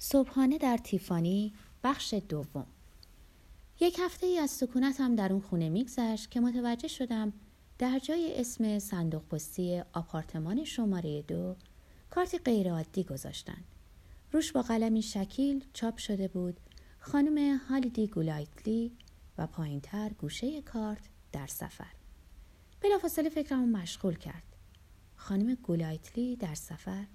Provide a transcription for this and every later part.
صبحانه در تیفانی بخش دوم. یک هفته ای از سکونتم در اون خونه میگذشت که متوجه شدم در جای اسم صندوق پستی آپارتمان شماره 2 کارت غیر عادی گذاشتن. روش با قلمی شکیل چاپ شده بود خانم هالیدی گولایتلی و پایینتر گوشه کارت در سفر. بلافاصله فکرمو مشغول کرد. خانم گولایتلی در سفر؟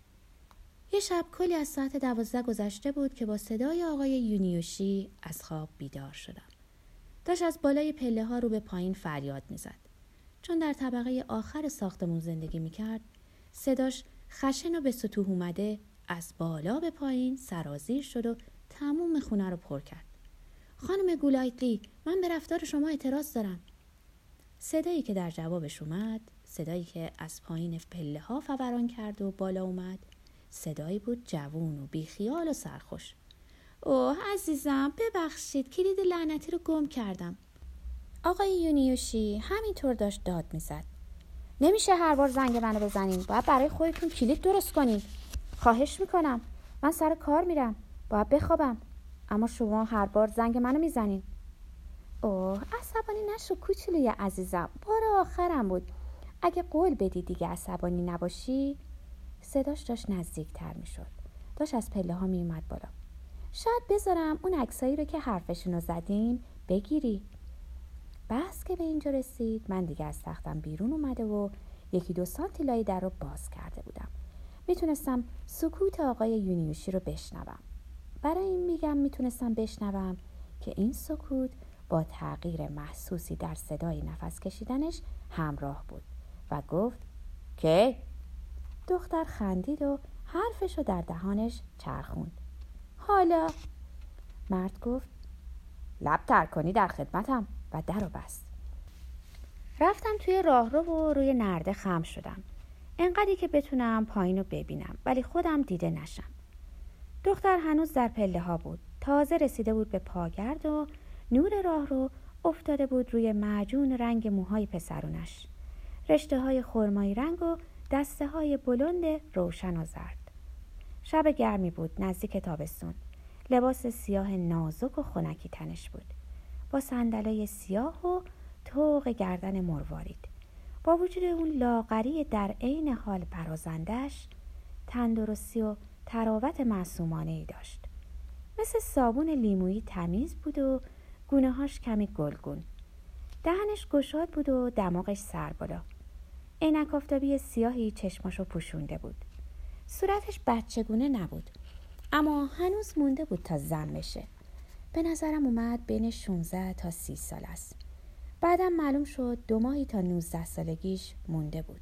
یه شب کلی از ساعت 12 گذشته بود که با صدای آقای یونیوشی از خواب بیدار شدم. داشت از بالای پله ها رو به پایین فریاد میزد. چون در طبقه آخر ساختمون زندگی میکرد، صداش خشن و به سطوح اومده از بالا به پایین سرازیر شد و تموم خونه رو پر کرد. خانم گولایتلی، من به رفتار شما اعتراض دارم. صدایی که در جوابش اومد، صدایی که از پایین پله ها فوران کرد و بالا اومد، صدایی بود جوون و بیخیال و سرخوش. اوه عزیزم، ببخشید، کلید لعنتی رو گم کردم. آقای یونیوشی همینطور داشت داد میزد. نمیشه هر بار زنگ منو بزنین، باید برای خودتون کلید درست کنین. خواهش میکنم، من سر کار میرم، باید بخوابم، اما شما هر بار زنگ منو میزنین. اوه عصبانی نشو کوچولوی عزیزم، بار آخرم بود. اگه قول بدی دیگه عصبانی نباشی. صداش داشت نزدیکتر می شد. داشت از پله ها می اومد بالا. شاید بذارم اون عکسایی رو که حرفشونو زدیم بگیری. بحث که به اینجا رسید، من دیگه از تختم بیرون اومده و 1-2 سانتی لای در رو باز کرده بودم. میتونستم سکوت آقای یونیوشی رو بشنوم. برای این میگم میتونستم بشنوم که این سکوت با تغییر محسوسی در صدای نفس کشیدنش همراه بود و گفت که دختر خندید و حرفشو در دهانش چرخوند. حالا مرد گفت لب تر کنی در خدمتم و در رو بست. رفتم توی راهرو و روی نرده خم شدم، انقدری که بتونم پایین رو ببینم ولی خودم دیده نشم. دختر هنوز در پله ها بود. تازه رسیده بود به پاگرد و نور راهرو افتاده بود روی معجون رنگ موهای پسرونش، رشته های خرمایی رنگ و دسته های بلند روشن و زرد. شب گرمی بود، نزدیک تابستون. لباس سیاه نازک و خنکی تنش بود، با صندلای سیاه و طوق گردن مروارید. با وجود اون لاغری در عین حال برازندش، تندرستی و تراوت معصومانه‌ای داشت. مثل صابون لیمویی تمیز بود و گونه‌هاش کمی گلگون. دهنش گشاد بود و دماغش سر بالا. عینک آفتابی سیاهی چشماشو پوشونده بود. صورتش بچگونه نبود، اما هنوز مونده بود تا زن بشه. به نظرم اومد بین 16 تا 30 سال است. بعدم معلوم شد 2 ماهی تا 19 سالگیش مونده بود.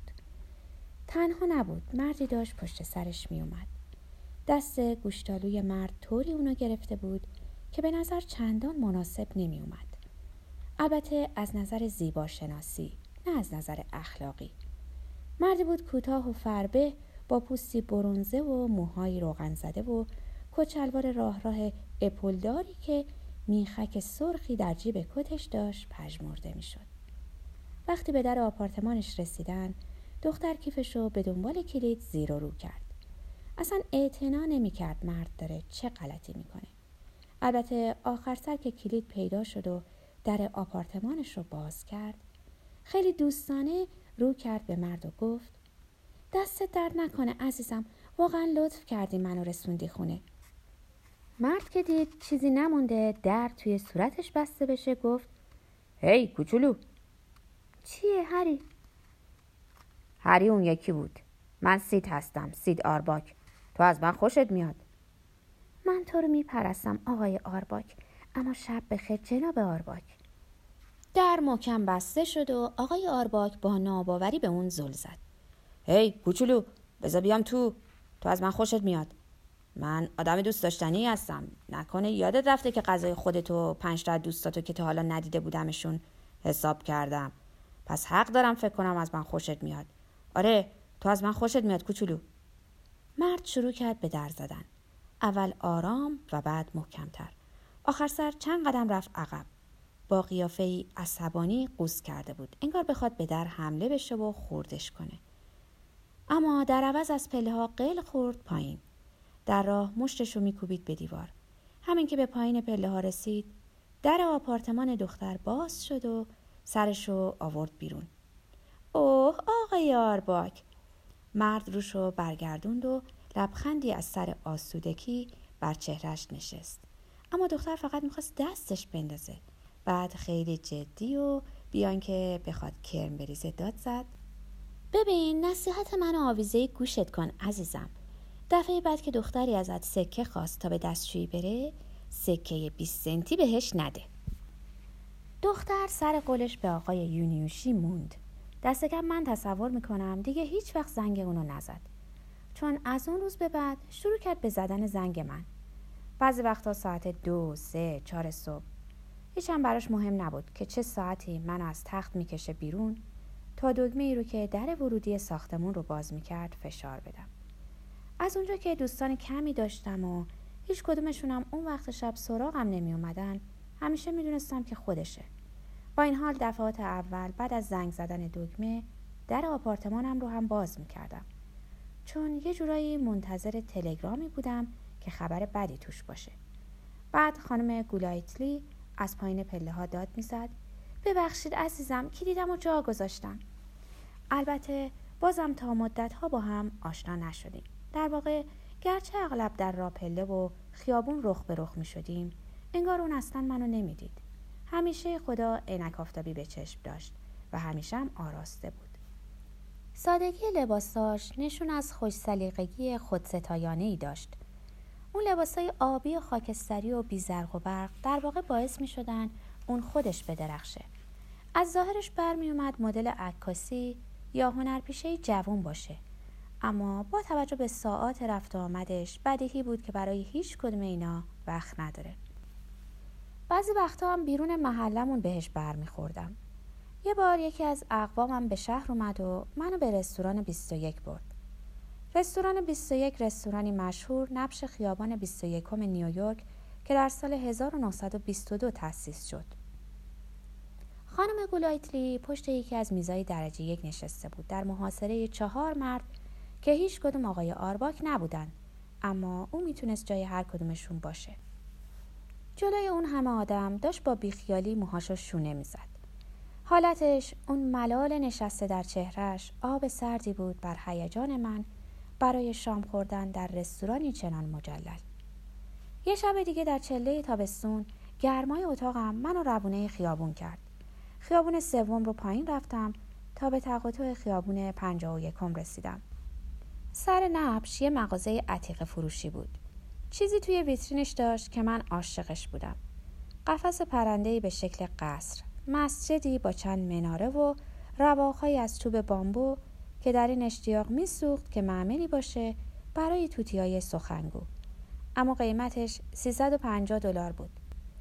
تنها نبود، مردی داشت پشت سرش می اومد. دست گوشتالوی مرد طوری اونو گرفته بود که به نظر چندان مناسب نمی اومد. البته از نظر زیباشناسی، نه از نظر اخلاقی. مردی بود کوتاه و فربه، با پوستی برنزه و موهایی روغن زده و کچلوار راه اپولداری که میخک سرخی در جیب کتش داشت پژمرده میشد. وقتی به در آپارتمانش رسیدن، دختر کیفشو به دنبال کلید زیر و رو کرد. اصلا اعتنا نمی‌کرد مرد داره چه غلطی میکنه. البته آخر سر که کلید پیدا شد و در آپارتمانش رو باز کرد، خیلی دوستانه رو کرد به مرد و گفت دستت درد نکنه عزیزم، واقعا لطف کردی منو رسوندی خونه. مرد که دید چیزی نمونده در توی صورتش بسته بشه گفت هی کوچولو. چیه هری؟ هری اون یکی بود. من سید هستم، سید آرباک. تو از من خوشت میاد. من تو رو میپرستم آقای آرباک، اما شب بخیر جناب آرباک. در محکم بسته شد و آقای آرباک با ناباوری به اون زل زد. هی کوچولو، بذار بیام تو از من خوشت میاد. من آدم دوست داشتنی هستم. نکنه یادت رفته که غذای خودتو 5 تا دوستاتو که تا حالا ندیده بودمشون حساب کردم. پس حق دارم فکر کنم از من خوشت میاد. آره، تو از من خوشت میاد کوچولو. مرد شروع کرد به در زدن. اول آرام و بعد محکمتر. آخر سر چند قدم رفت عقب. با قیافه‌ای عصبانی قوز کرده بود، انگار بخواد به در حمله بشه و خوردش کنه. اما در عوض از پله ها قل خورد پایین. در راه مشتشو میکوبید به دیوار. همین که به پایین پله ها رسید، در آپارتمان دختر باز شد و سرشو آورد بیرون. اوه آقای آرباک! مرد روشو برگردوند و لبخندی از سر آسودگی بر چهرش نشست. اما دختر فقط میخواست دستش بندازه. بعد خیلی جدی و بیان که بخواد کرم بریزه داد زد: ببین، نصیحت من آویزه گوشت کن عزیزم. دفعه بعد که دختری ازت سکه خواست تا به دستشویی بره، سکه 20 سنتی بهش نده. دختر سر قولش به آقای یونیوشی موند. دست کم من تصور میکنم دیگه هیچ وقت زنگ اونو نزد، چون از اون روز به بعد شروع کرد به زدن زنگ من. بعضی وقتا ساعت 2، 3، 4 صبح. هیچ هم براش مهم نبود که چه ساعتی من از تخت میکشه بیرون تا دکمه ای رو که در ورودی ساختمون رو باز میکرد فشار بدم. از اونجا که دوستان کمی داشتم و هیچ کدومشونم اون وقت شب سراغم نمی اومدن، همیشه میدونستم که خودشه. با این حال دفعات اول بعد از زنگ زدن دکمه در آپارتمانم رو هم باز میکردم، چون یه جورایی منتظر تلگرامی بودم که خبر بدی توش باشه. بعد خانم گولایتلی از پایین پله ها داد میزد: ببخشید عزیزم، کلیدمو جا گذاشتم. البته بازم تا مدت ها با هم آشنا نشدیم. در واقع گرچه اغلب در راه پله و خیابون رخ به رخ می شدیم، انگار اون اصلا منو نمیدید. همیشه خدا عینک آفتابی به چشم داشت و همیشه هم آراسته بود. سادگی لباساش نشون از خوش سلیقگی خودستایانه‌ای داشت. اون لباسای آبی و خاکستری و بی زرق و برق در واقع باعث می شدن اون خودش بدرخشه. از ظاهرش برمی اومد مدل عکاسی یا هنرپیشه جوان باشه، اما با توجه به ساعات رفت و آمدش بدیهی بود که برای هیچ کدوم اینا وقت نداره. بعضی وقتا هم بیرون محلمون بهش برمیخوردم. یه بار یکی از اقوامم به شهر اومد و منو به رستوران 21 برد. رستوران 21 رستورانی مشهور نبش خیابان 21 نیویورک که در سال 1922 تأسیس شد. خانم گولایتلی پشت یکی از میزای درجه 1 نشسته بود در محاصره 4 مرد که هیچ کدوم آقای آرباک نبودن، اما او میتونست جای هر کدومشون باشه. جلوی اون همه آدم داشت با بیخیالی موهاشو شونه میزد. حالتش، اون ملال نشسته در چهرش، آب سردی بود بر هیجان من برای شام خوردن در رستورانی چنان مجلل. یه شب دیگه در چله تابستون گرمای اتاقم منو روونه خیابون کرد. خیابون 3 رو پایین رفتم تا به تقاطع خیابون 51 رسیدم. سر نبش یه مغازه عتیقه فروشی بود. چیزی توی ویترینش داشت که من عاشقش بودم. قفس پرنده‌ای به شکل قصر، مسجدی با چند مناره و رواق‌هایی از چوب بامبو که در این اشتیاق می‌سوخت که معمولی باشه برای توتیای سخنگو. اما قیمتش $350 بود.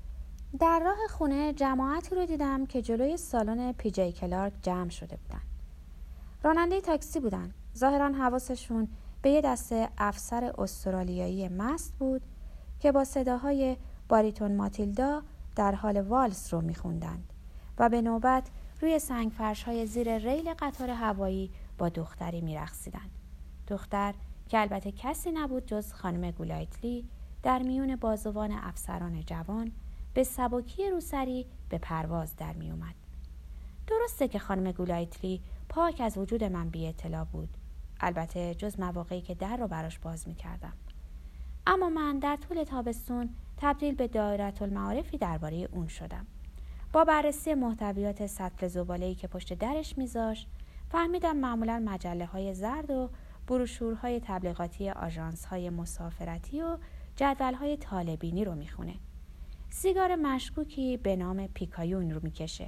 در راه خونه جماعتی رو دیدم که جلوی سالن پی‌جی کلارک جمع شده بودن. راننده تاکسی بودن. ظاهراً حواسشون به یه دسته افسر استرالیایی مست بود که با صداهای باریتون ماتیلدا در حال والس رو میخوندند و به نوبت روی سنگ فرش‌های زیر ریل قطار هوایی با دختری میرقصیدند. دختر که البته کسی نبود جز خانم گولایتلی در میون بازوان افسران جوان به سبکی روسری به پرواز در می اومد. درسته که خانم گولایتلی پاک از وجود من بی اطلاع بود، البته جز مواقعی که در رو براش باز می کردم. اما من در طول تابستون تبدیل به دایره المعارفی درباره اون شدم. با بررسی محتویات سطل زباله‌ای که پشت درش میذاشت، فهمیدم معمولاً مجله‌های زرد و بروشورهای تبلیغاتی آژانس‌های مسافرتی و جدول‌های طالبینی رو میخونه. سیگار مشکوکی به نام پیکایون رو میکشه.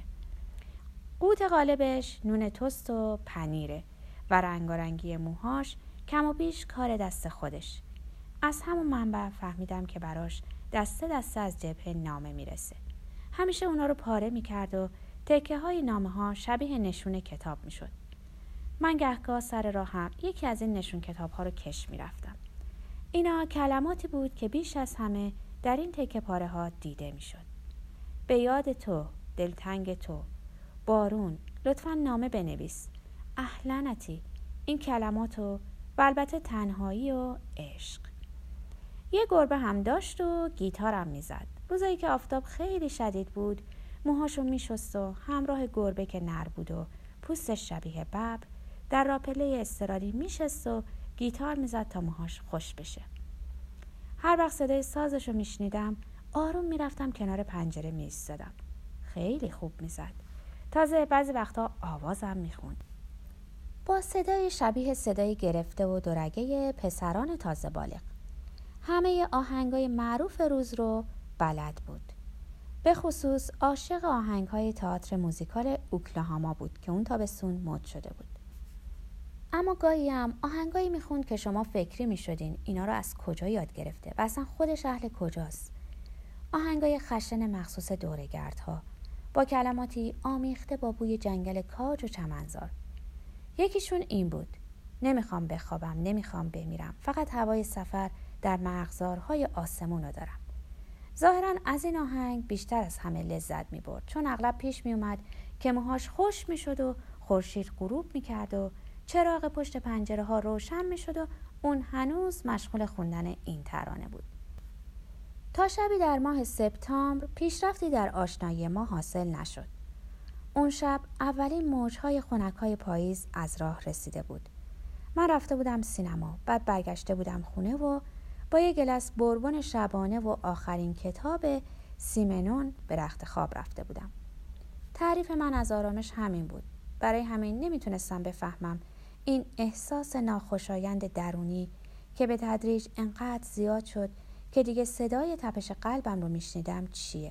قوت غالبش نون تست و پنیره و رنگارنگی موهاش کم و بیش کار دست خودش. از همون منبع فهمیدم که براش دسته از جبهه نامه میرسه. همیشه اونا رو پاره میکرد و تکه های نامه ها شبیه نشون کتاب میشد. من گهگاه سر راهم یکی از این نشون کتاب ها رو کش میرفتم. اینا کلماتی بود که بیش از همه در این تکه پاره ها دیده میشد. به یاد تو، دلتنگ تو، بارون، لطفاً نامه بنویس، لعنتی، این کلماتو و البته تنهایی و عشق. یه گربه هم داشت و گیتارم میزد. روزایی که آفتاب خیلی شدید بود موهاشو میشست و همراه گربه که نر بود و پوستش شبیه ببر در راپله اضطراری میشست و گیتار میزد تا موهاش خوش بشه. هر وقت صدای سازشو میشنیدم آروم میرفتم کنار پنجره میایستادم. خیلی خوب میزد. تازه بعضی وقتا آوازم میخوند. با صدای شبیه صدای گرفته و دورگه پسران تازه بالغ. همه آهنگای معروف روز رو بلد بود. به خصوص عاشق آهنگ‌های تئاتر موزیکال اوکلاهاما بود که اون تابستون مد شده بود. اما گاهی هم آهنگایی میخوند که شما فکری میشدین اینا رو از کجا یاد گرفته و اصلا خودش اهل کجاست. آهنگای خشن مخصوص دوره‌گردها با کلماتی آمیخته با بوی جنگل کاج و چمنزار. یکیشون این بود: نمیخوام بخوابم، نمیخوام بمیرم، فقط هوای سفر در مرغزارهای آسمون رو دارم. ظاهراً از این آهنگ بیشتر از همه لذت میبرد، چون اغلب پیش میومد که موهاش خوش میشد و خورشید غروب میکرد و چراغ پشت پنجره ها روشن میشد و اون هنوز مشغول خوندن این ترانه بود. تا شبی در ماه سپتامبر پیشرفتی در آشنایی ما حاصل نشد. اون شب اولین موجهای خنک‌های پاییز از راه رسیده بود. من رفته بودم سینما، بعد برگشته بودم خونه و با یه گلاس بوربون شبانه و آخرین کتاب سیمنون به رخت خواب رفته بودم. تعریف من از آرامش همین بود. برای همین نمیتونستم بفهمم این احساس ناخوشایند درونی که به تدریج انقدر زیاد شد که دیگه صدای تپش قلبم رو میشنیدم چیه.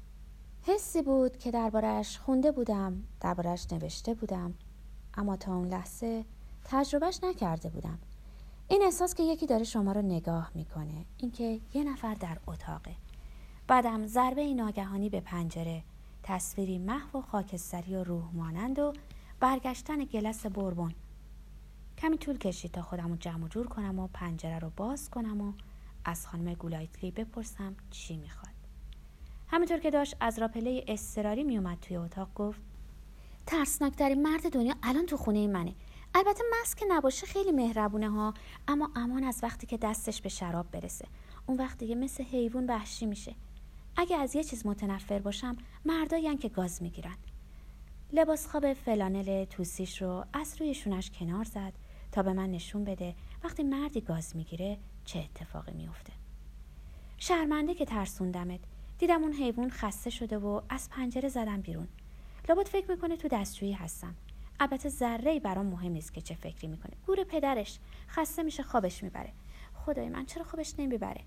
حسی بود که درباره‌اش خونده بودم، درباره‌اش نوشته بودم، اما تا اون لحظه تجربهش نکرده بودم. این احساس که یکی داره شما رو نگاه میکنه، اینکه یه نفر در اتاقه. بعدم ضربه ناگهانی به پنجره، تصویری محو و خاکستری و روح مانند و برگشتن گلاس بوربون. کمی طول کشید تا خودم رو جمع و جور کنم و پنجره رو باز کنم و از خانم گولایتلی بپرسم چی میخواد. همینطور که داشت از راپله اضطراری میومد توی اتاق گفت: ترسناکترین مرد دنیا الان تو خونه منه. البته مست که نباشه خیلی مهربونه ها، اما امان از وقتی که دستش به شراب برسه. اون وقت دیگه مثل حیوان وحشی میشه. اگه از یه چیز متنفر باشم مردایین که گاز میگیرن. لباس خواب فلانل توسیش رو از روی شونش کنار زد تا به من نشون بده وقتی مردی گاز میگیره چه اتفاقی میفته. شرمنده که ترسوندمت. دیدم اون حیوان خسته شده و از پنجره زدم بیرون. لابد فکر میکنه تو دستشویی هستم. البته ذره‌ای برام مهم نیست که چه فکری میکنه. گور پدرش خسته میشه خوابش میبره. خدای من چرا خوابش نمیبره؟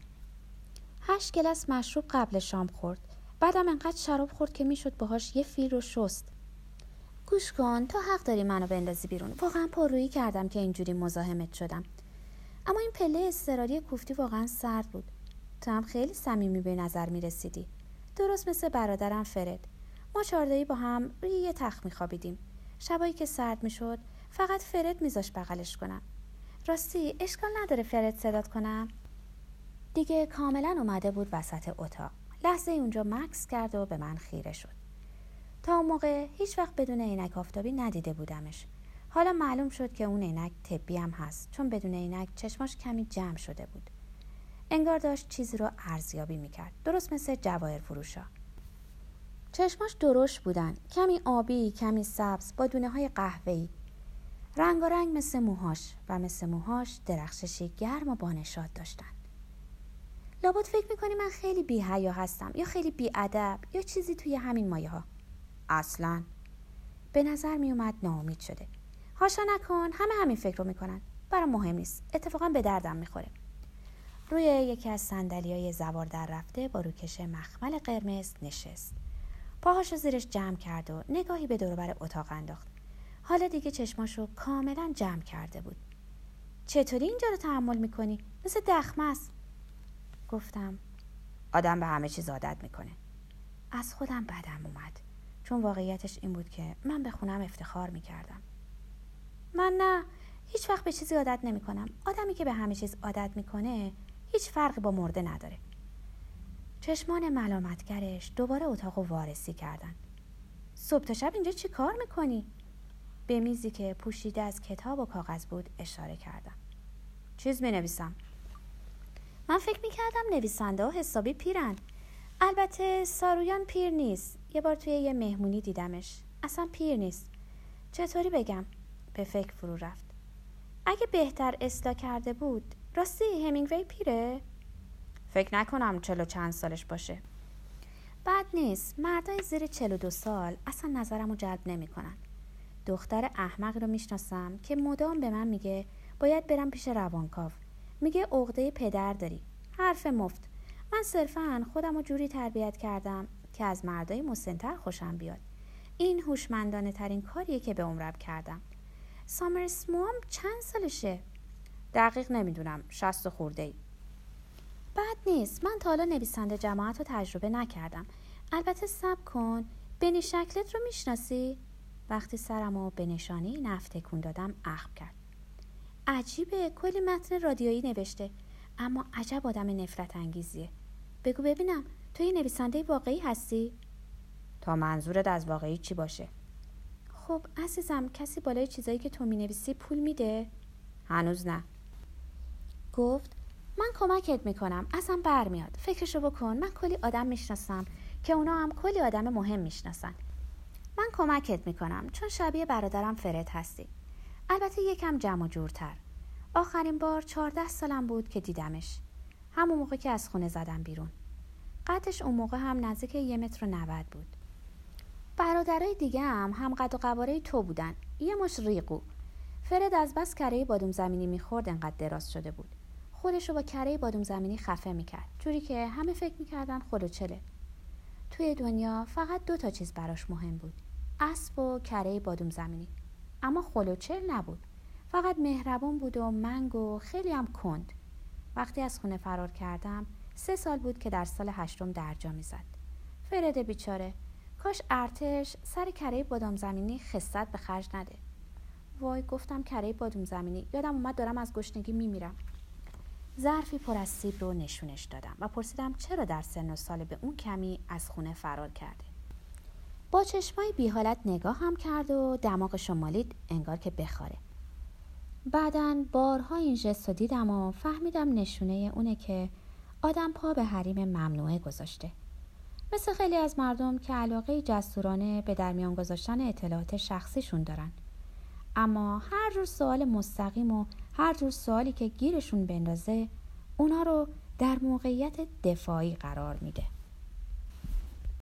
8 گلاس مشروب قبل شام خورد. بعدم انقدر شراب خورد که میشد باهاش یه فیل رو شست. گوش کن، تو حق داری منو بندازی بیرون. واقعا پررویی کردم که اینجوری مزاحمت شدم. اما این پله اضطراری کوفتی واقعا سرد بود. تو هم خیلی صمیمی به نظر میرسیدی. درست مثل برادرم فرد. ما 4 با هم روی یه تخت میخوابیدیم. شبایی که سرد میشد فقط فرد میذاش بغلش کنم. راستی اشکال نداره فرد صدات کنم؟ دیگه کاملا اومده بود وسط اتاق. لحظه اونجا مکث کرد و به من خیره شد. تا اون موقع هیچ وقت بدون عینک آفتابی ندیده بودمش. حالا معلوم شد که اون عینک طبی هم هست، چون بدون عینک چشماش کمی جمع شده بود. انگار داشت چیزی رو ارزیابی میکرد، درست مثل جواهر فروشا. چشماش درشت بودن، کمی آبی، کمی سبز، با دونه‌های قهوه‌ای. رنگارنگ مثل موهاش و مثل موهاش درخششی گرم و بانشاد داشتن. لابد فکر میکنی من خیلی بی‌حیا هستم یا خیلی بی‌ادب یا چیزی توی همین مایه ها. اصلاً به نظر میومد ناامید شده. هاشا نکن، همین فکر رو میکنن. برام مهم نیست، اتفاقا به دردم میخوره. روی یکی از صندلی‌های زوار در رفته با روکش مخمل قرمز نشست. پاهاشو زیرش جمع کرد و نگاهی به دور و بر اتاق انداخت. حالا دیگه چشماشو کاملا جمع کرده بود. چطوری اینجا رو تحمل میکنی؟ مثل دخمه است. گفتم آدم به همه چیز عادت میکنه. از خودم بدم اومد، چون واقعیتش این بود که من به خونم افتخار میکردم. من نه، هیچ وقت به چیزی عادت نمیکنم. آدمی که به همه چیز عادت میکنه هیچ فرقی با مرده نداره. چشمان ملامتگرش دوباره اتاقو وارسی کردن. صبح تا شب اینجا چی کار میکنی؟ به میزی که پوشیده از کتاب و کاغذ بود اشاره کردم. چیز مینویسم. من فکر میکردم نویسنده ها حسابی پیرن. البته سارویان پیر نیست. یه بار توی یه مهمونی دیدمش. اصلا پیر نیست. چطوری بگم؟ به فکر فرو رفت. اگه بهتر اصلاح کرده بود. راستی همینگوی پیره؟ فکر نکنم 40 چند سالش باشه. بد نیست. مردای زیر 42 سال اصلا نظرمو جلب نمی کنن. دختر احمق رو میشناسم که مدام به من میگه باید برم پیش روانکاو. میگه عقده پدر داری. حرف مفت. من صرفاً خودمو جوری تربیت کردم که از مردای مسن‌تر خوشم بیاد. این هوشمندانه ترین کاریه که به عمرم کردم. سامر اسموام چند سالشه؟ دقیق نمیدونم. 60 خورده‌ای. بد نیست. من تا حالا نویسنده جماعت رو تجربه نکردم. البته صبر کن. بنی شکلت رو میشناسی؟ وقتی سرمو به نشانه نفت تکون دادم اخم کرد. عجیبه، کلی متن رادیویی نوشته، اما عجب آدم نفرت انگیزیه. بگو ببینم، تو یه نویسنده واقعی هستی؟ تا منظورت از واقعی چی باشه؟ خب عزیزم، کسی بالای چیزایی که تو مینویسی پول میده؟ هنوز نه. گفت من کمکت میکنم، اصلا برمیاد. فکرشو بکن، من کلی آدم میشناسم که اونا هم کلی آدم مهم میشناسن. من کمکت میکنم چون شبیه برادرم فرد هستی. البته یکم جمع و جورتر. آخرین بار 14 سالم بود که دیدمش. همون موقع که از خونه زدم بیرون. قدش اون موقع هم نزدیک 1.90 متر بود. برادرای دیگه هم قد و قواره تو بودن. یه مش ریقو. فرد از بس کره بادوم زمینی میخورد انقدر دراز شده بود. خودشو با کره بادوم زمینی خفه میکرد. جوری که همه فکر میکردن خلوچله. توی دنیا فقط 2 چیز براش مهم بود. اسب و کره بادوم زمینی. اما خلوچل نبود. فقط مهربون بود و منگ و خیلی هم کند. وقتی از خونه فرار کردم 3 سال بود که در سال 8 درجا میزد. فرد بیچاره. کاش ارتش سر کره بادوم زمینی خست به خرج نده. وای، گفتم کره بادوم زمینی، یادم اومد دارم از گشنگی میمیرم. ظرفی پر از سیب رو نشونش دادم و پرسیدم چرا در سن و سال به اون کمی از خونه فرار کرده. با چشمای بی حالت نگاه هم کرد و دماغشو مالید انگار که بخاره. بعدن بارها این ژست رو دیدم و فهمیدم نشونه اونه که آدم پا به حریم ممنوعه گذاشته. مثل خیلی از مردم که علاقه جسورانه به در میان گذاشتن اطلاعات شخصیشون دارن. اما هر جور سوال مستقیم و هر جور سوالی که گیرشون بندازه اونا رو در موقعیت دفاعی قرار میده.